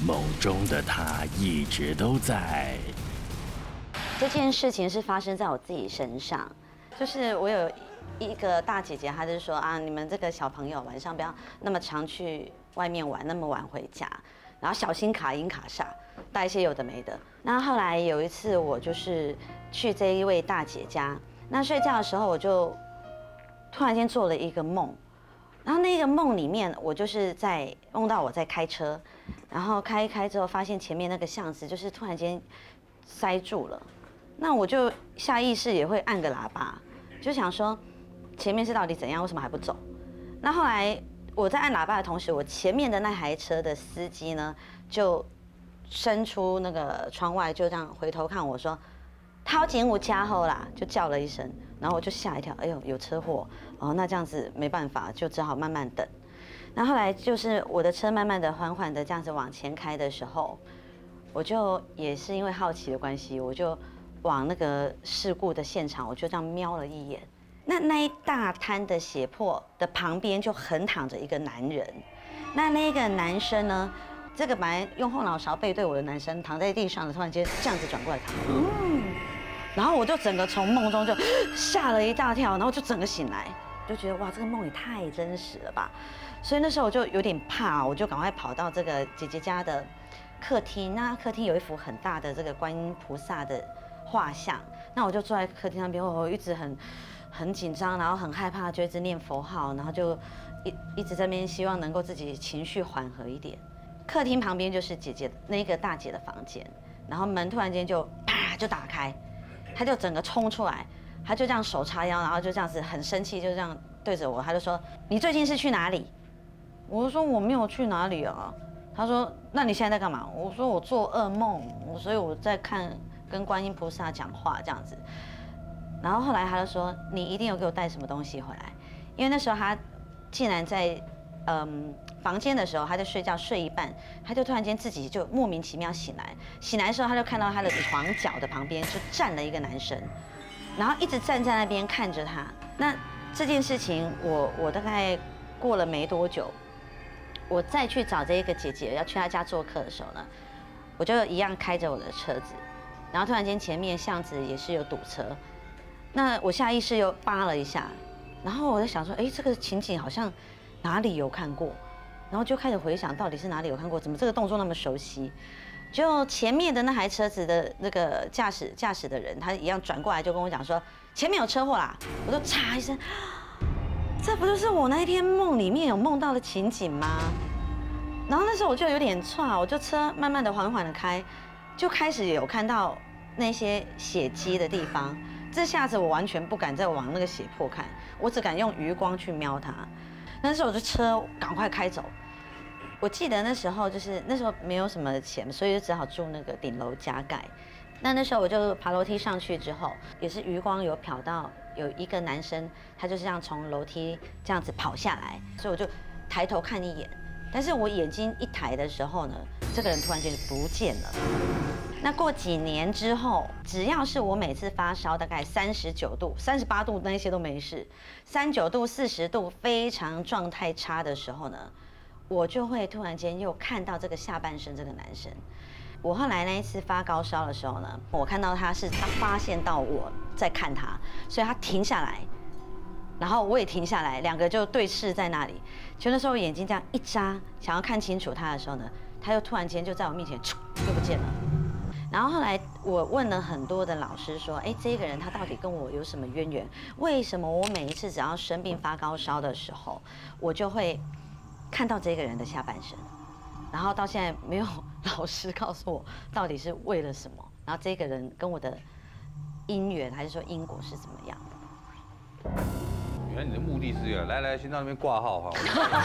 梦中的他一直都在。 这件事情是发生在我自己身上，就是我有一个大姐姐，她就说啊，你们这个小朋友晚上不要那么常去外面玩，那么晚回家，然后小心卡阴卡煞，带一些有的没的。那后来有一次，我就是去这一位大姐家，那睡觉的时候，我就突然间做了一个梦，然后那个梦里面，我就是梦到我在开车，然后开一开之后，发现前面那个巷子就是突然间塞住了，那我就下意识也会按个喇叭，就想说前面是到底怎样，为什么还不走？那后来我在按喇叭的同时，我前面的那台车的司机呢，就伸出那个窗外，就这样回头看我说：“掏警我加后啦！”就叫了一声，然后我就吓一跳，哎呦，有车祸哦，那这样子没办法，就只好慢慢等。那后来就是我的车慢慢的、缓缓的这样子往前开的时候，我就也是因为好奇的关系，我就往那个事故的现场，我就这样瞄了一眼。那一大滩的血泊的旁边就横躺着一个男人，那个男生呢，这个本来用后脑勺背对我的男生躺在地上的，突然间这样子转过来看我，然后我就整个从梦中就吓了一大跳，然后就整个醒来，就觉得哇，这个梦也太真实了吧，所以那时候我就有点怕，我就赶快跑到这个姐姐家的客厅，那客厅有一幅很大的这个观音菩萨的画像，那我就坐在客厅那边，我一直很紧张，然后很害怕，就一直念佛号，然后就一直在那边希望能够自己情绪缓和一点。客厅旁边就是姐姐那个大姐的房间，然后门突然间就啪就打开，她就整个冲出来，她就这样手叉腰，然后就这样子很生气，就这样对着我，她就说：“你最近是去哪里？”我就说：“我没有去哪里啊。”她说：“那你现在在干嘛？”我说：“我做噩梦，所以我在跟观音菩萨讲话这样子。”然后后来他就说：“你一定有给我带什么东西回来，因为那时候他竟然在房间的时候，他在睡觉，睡一半，他就突然间自己就莫名其妙醒来。醒来的时候，他就看到他的床角的旁边就站了一个男生，然后一直站在那边看着他。那这件事情我大概过了没多久，我再去找这一个姐姐要去她家做客的时候呢，我就一样开着我的车子，然后突然间前面巷子也是有堵车。那我下意识又扒了一下，然后我在想说，哎，这个情景好像哪里有看过，然后就开始回想到底是哪里有看过，怎么这个动作那么熟悉？就前面的那台车子的那个驾驶的人，他一样转过来就跟我讲说，前面有车祸啦！我就嚓一声，这不就是我那一天梦里面有梦到的情景吗？然后那时候我就有点岔，我就车慢慢的、缓缓的开，就开始有看到那些血迹的地方。这下子我完全不敢再往那个血泊看，我只敢用余光去瞄它。那时候我就车赶快开走。我记得那时候没有什么钱，所以就只好住那个顶楼加盖。那时候我就爬楼梯上去之后，也是余光有瞟到有一个男生，他就是这样从楼梯这样子跑下来，所以我就抬头看一眼。但是我眼睛一抬的时候呢，这个人突然间就不见了。那过几年之后，只要是我每次发烧大概39度、38度那些都没事，39度、40度非常状态差的时候呢，我就会突然间又看到这个下半身这个男生。我后来那一次发高烧的时候呢，我看到他发现到我在看他，所以他停下来，然后我也停下来，两个就对视在那里。就那时候我眼睛这样一眨，想要看清楚他的时候呢，他又突然间就在我面前就不见了。然后后来我问了很多的老师说，哎，这个人他到底跟我有什么渊源？为什么我每一次只要生病发高烧的时候，我就会看到这个人的下半身？然后到现在没有老师告诉我到底是为了什么，然后这个人跟我的因缘还是说因果是怎么样的？ 原来你的目的是这个，来，先到那边挂号哈。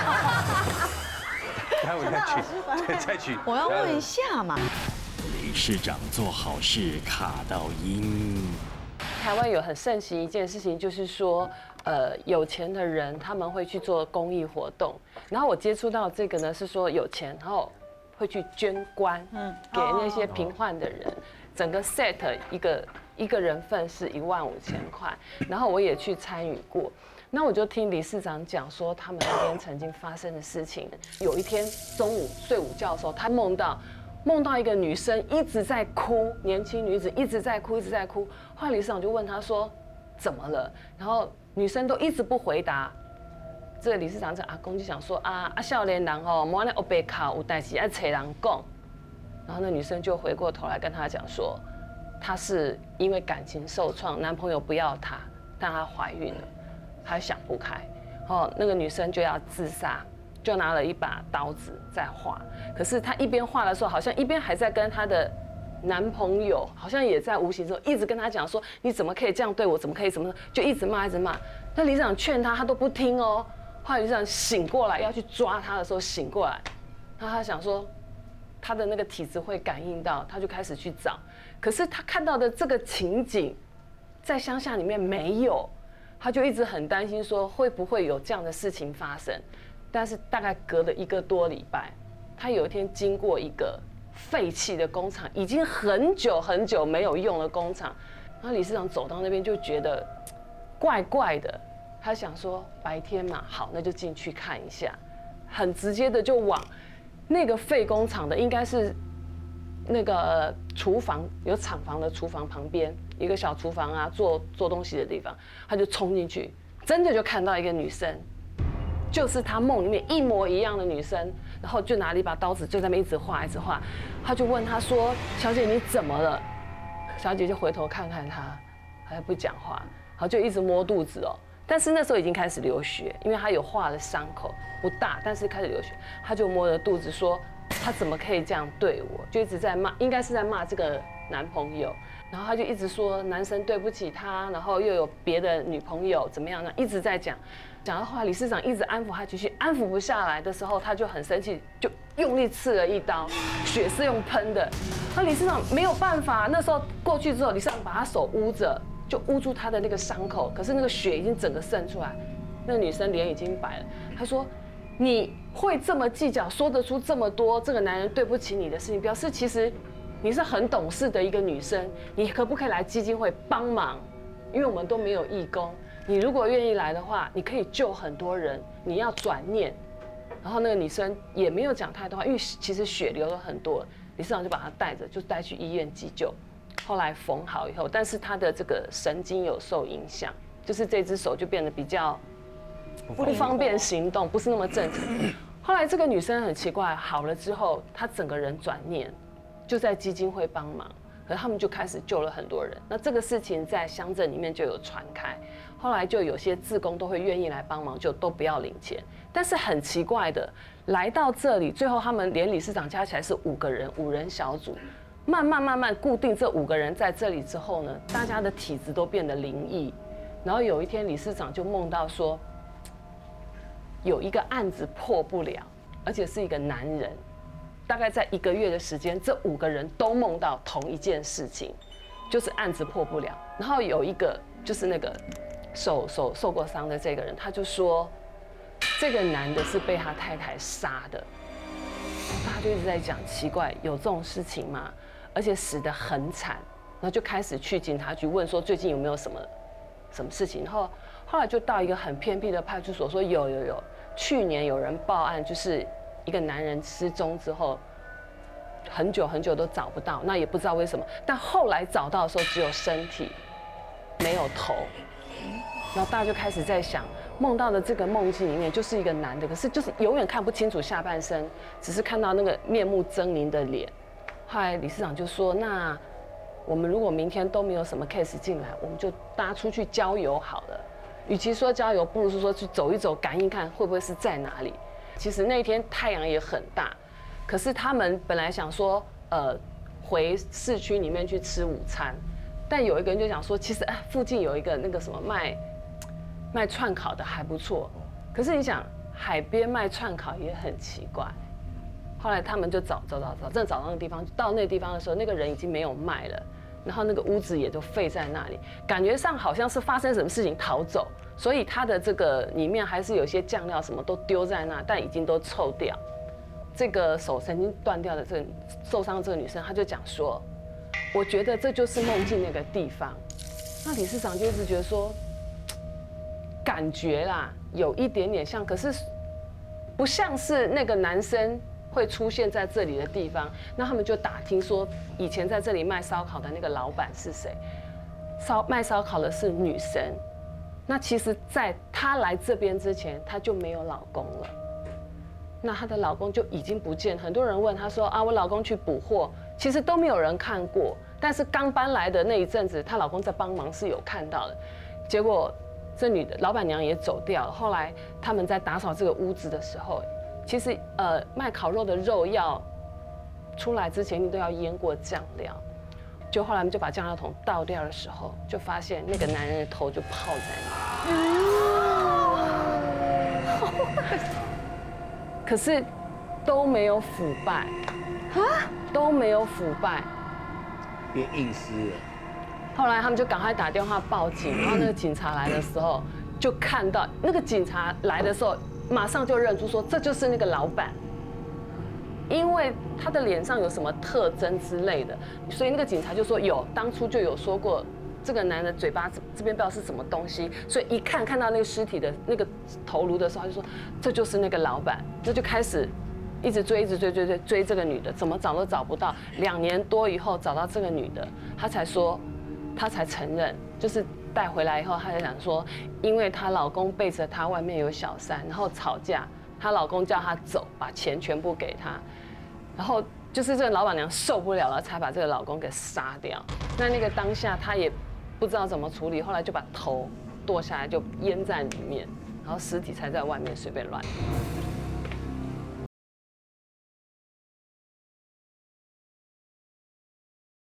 待会再取。 我要问一下嘛。 理事长做好事卡到阴。 台湾有很盛行一件事情，就是说，有钱的人他们会去做公益活动。然后我接触到这个呢，是说有钱，然后会去捐棺，给那些贫患的人。整个 set 一个人份是15000块，然后我也去参与过。 那我就听理事长讲说，他们那边曾经发生的事情。有一天中午睡午觉的时候，他梦到一个女生一直在哭，年轻女子一直在哭，一直在哭。后来理事长就问他说怎么了，然后女生都一直不回答。这个理事长这阿公就想说少年人吼，莫安尼黑白卡有代志爱找人讲。然后那女生就回过头来跟他讲说，她是因为感情受创，男朋友不要她，但她怀孕了，她想不开，那个女生就要自杀，就拿了一把刀子在画。可是她一边画的时候，好像一边还在跟她的男朋友，好像也在无形中一直跟她讲说，你怎么可以这样对我？怎么可以？怎么就一直骂，一直骂。那理事长劝她，她都不听哦。后来理事长醒过来要去抓她的时候，醒过来，然后他想说，他的那个体质会感应到，他就开始去找。可是他看到的这个情景，在乡下里面没有，他就一直很担心说会不会有这样的事情发生。但是大概隔了1个多礼拜，他有一天经过一个废弃的工厂，已经很久很久没有用的工厂，然后理事长走到那边就觉得怪怪的，他想说白天嘛，好，那就进去看一下，很直接的就往那个废工厂的，应该是那个厨房，有厂房的厨房旁边一个小厨房啊，做东西的地方，他就冲进去，真的就看到一个女生，就是他梦里面一模一样的女生，然后就拿了一把刀子，就在那边一直画，一直画。他就问他说：“小姐，你怎么了？”小姐就回头看看他，还不讲话，然后就一直摸肚子哦。但是那时候已经开始流血，因为他有划的伤口，不大，但是开始流血。他就摸着肚子说：“他怎么可以这样对我？”就一直在骂，应该是在骂这个男朋友。然后他就一直说男生对不起他，然后又有别的女朋友怎么样呢？一直在讲，讲到后来理事长一直安抚他情绪，安抚不下来的时候，他就很生气，就用力刺了一刀，血是用喷的。那理事长没有办法，那时候过去之后，理事长把他手捂着。就捂住他的那个伤口，可是那个血已经整个渗出来，那个女生脸已经白了。她说：“你会这么计较，说得出这么多这个男人对不起你的事情，表示其实你是很懂事的一个女生。你可不可以来基金会帮忙？因为我们都没有义工，你如果愿意来的话，你可以救很多人。你要转念。”然后那个女生也没有讲太多话，因为其实血流了很多，理事长就把她带着，就带去医院急救。后来缝好以后，但是他的这个神经有受影响，就是这只手就变得比较不方便行动，不是那么正常。后来这个女生很奇怪，好了之后，她整个人转念，就在基金会帮忙，可是他们就开始救了很多人。那这个事情在乡镇里面就有传开，后来就有些志工都会愿意来帮忙，就都不要领钱。但是很奇怪的，来到这里，最后他们连理事长加起来是5个人，5人小组。慢慢固定这5个人在这里之后呢，大家的体质都变得灵异。然后有一天理事长就梦到说，有一个案子破不了，而且是一个男人。大概在1个月的时间，这5个人都梦到同一件事情，就是案子破不了。然后有一个就是那个受过伤的这个人，他就说，这个男的是被他太太杀的。大家就一直在讲，奇怪，有这种事情吗？而且死得很惨，然后就开始去警察局问说最近有没有什么事情，然后后来就到一个很偏僻的派出所说有，去年有人报案，就是一个男人失踪之后，很久都找不到，那也不知道为什么，但后来找到的时候只有身体，没有头，然后大家就开始在想，梦到的这个梦境里面就是一个男的，可是就是永远看不清楚下半身，只是看到那个面目狰狞的脸。后来理事长就说，那我们如果明天都没有什么 case 进来，我们就大家出去郊游好了。与其说郊游，不如是说去走一走，感应看会不会是在哪里。其实那一天太阳也很大，可是他们本来想说，回市区里面去吃午餐，但有一个人就想说，其实附近有一个那个什么卖串烤的还不错。可是你想，海边卖串烤也很奇怪。后来他们就找，真的找到那个地方。到那个地方的时候，那个人已经没有卖了，然后那个屋子也就废在那里，感觉上好像是发生什么事情逃走，所以他的这个里面还是有些酱料什么都丢在那，但已经都臭掉。这个手曾经断掉的这个受伤的这个女生，她就讲说，我觉得这就是梦境那个地方。那理事长就一直觉得说， 感觉啦，有一点点像，可是不像是那个男生会出现在这里的地方。那他们就打听说，以前在这里卖烧烤的那个老板是谁？卖烧烤的是女生。那其实，在她来这边之前，她就没有老公了。那她的老公就已经不见。很多人问她说啊，我老公去补货，其实都没有人看过。但是刚搬来的那一阵子，她老公在帮忙是有看到的。结果这女的老板娘也走掉了。后来他们在打扫这个屋子的时候，其实卖烤肉的肉要出来之前，你都要腌过酱料。就后来我们就把酱料桶倒掉的时候，就发现那个男人的头就泡在那，可是都没有腐败都没有腐败， 变硬尸了。 后来他们就赶快打电话报警，然后那个警察来的时候，就看到那个警察来的时候，马上就认出说这就是那个老板。因为他的脸上有什么特征之类的，所以那个警察就说有，当初就有说过这个男的嘴巴这边不知道是什么东西，所以一看到那个尸体的那个头颅的时候，他就说这就是那个老板，那就开始一直追这个女的，怎么找都找不到。2年多以后找到这个女的，她才承认，就是带回来以后，她才讲说，因为她老公背着她外面有小三，然后吵架。她老公叫她走，把钱全部给她，然后就是这个老板娘受不了了，才把这个老公给杀掉。那个当下她也不知道怎么处理，后来就把头剁下来就腌在里面，然后尸体才在外面随便乱。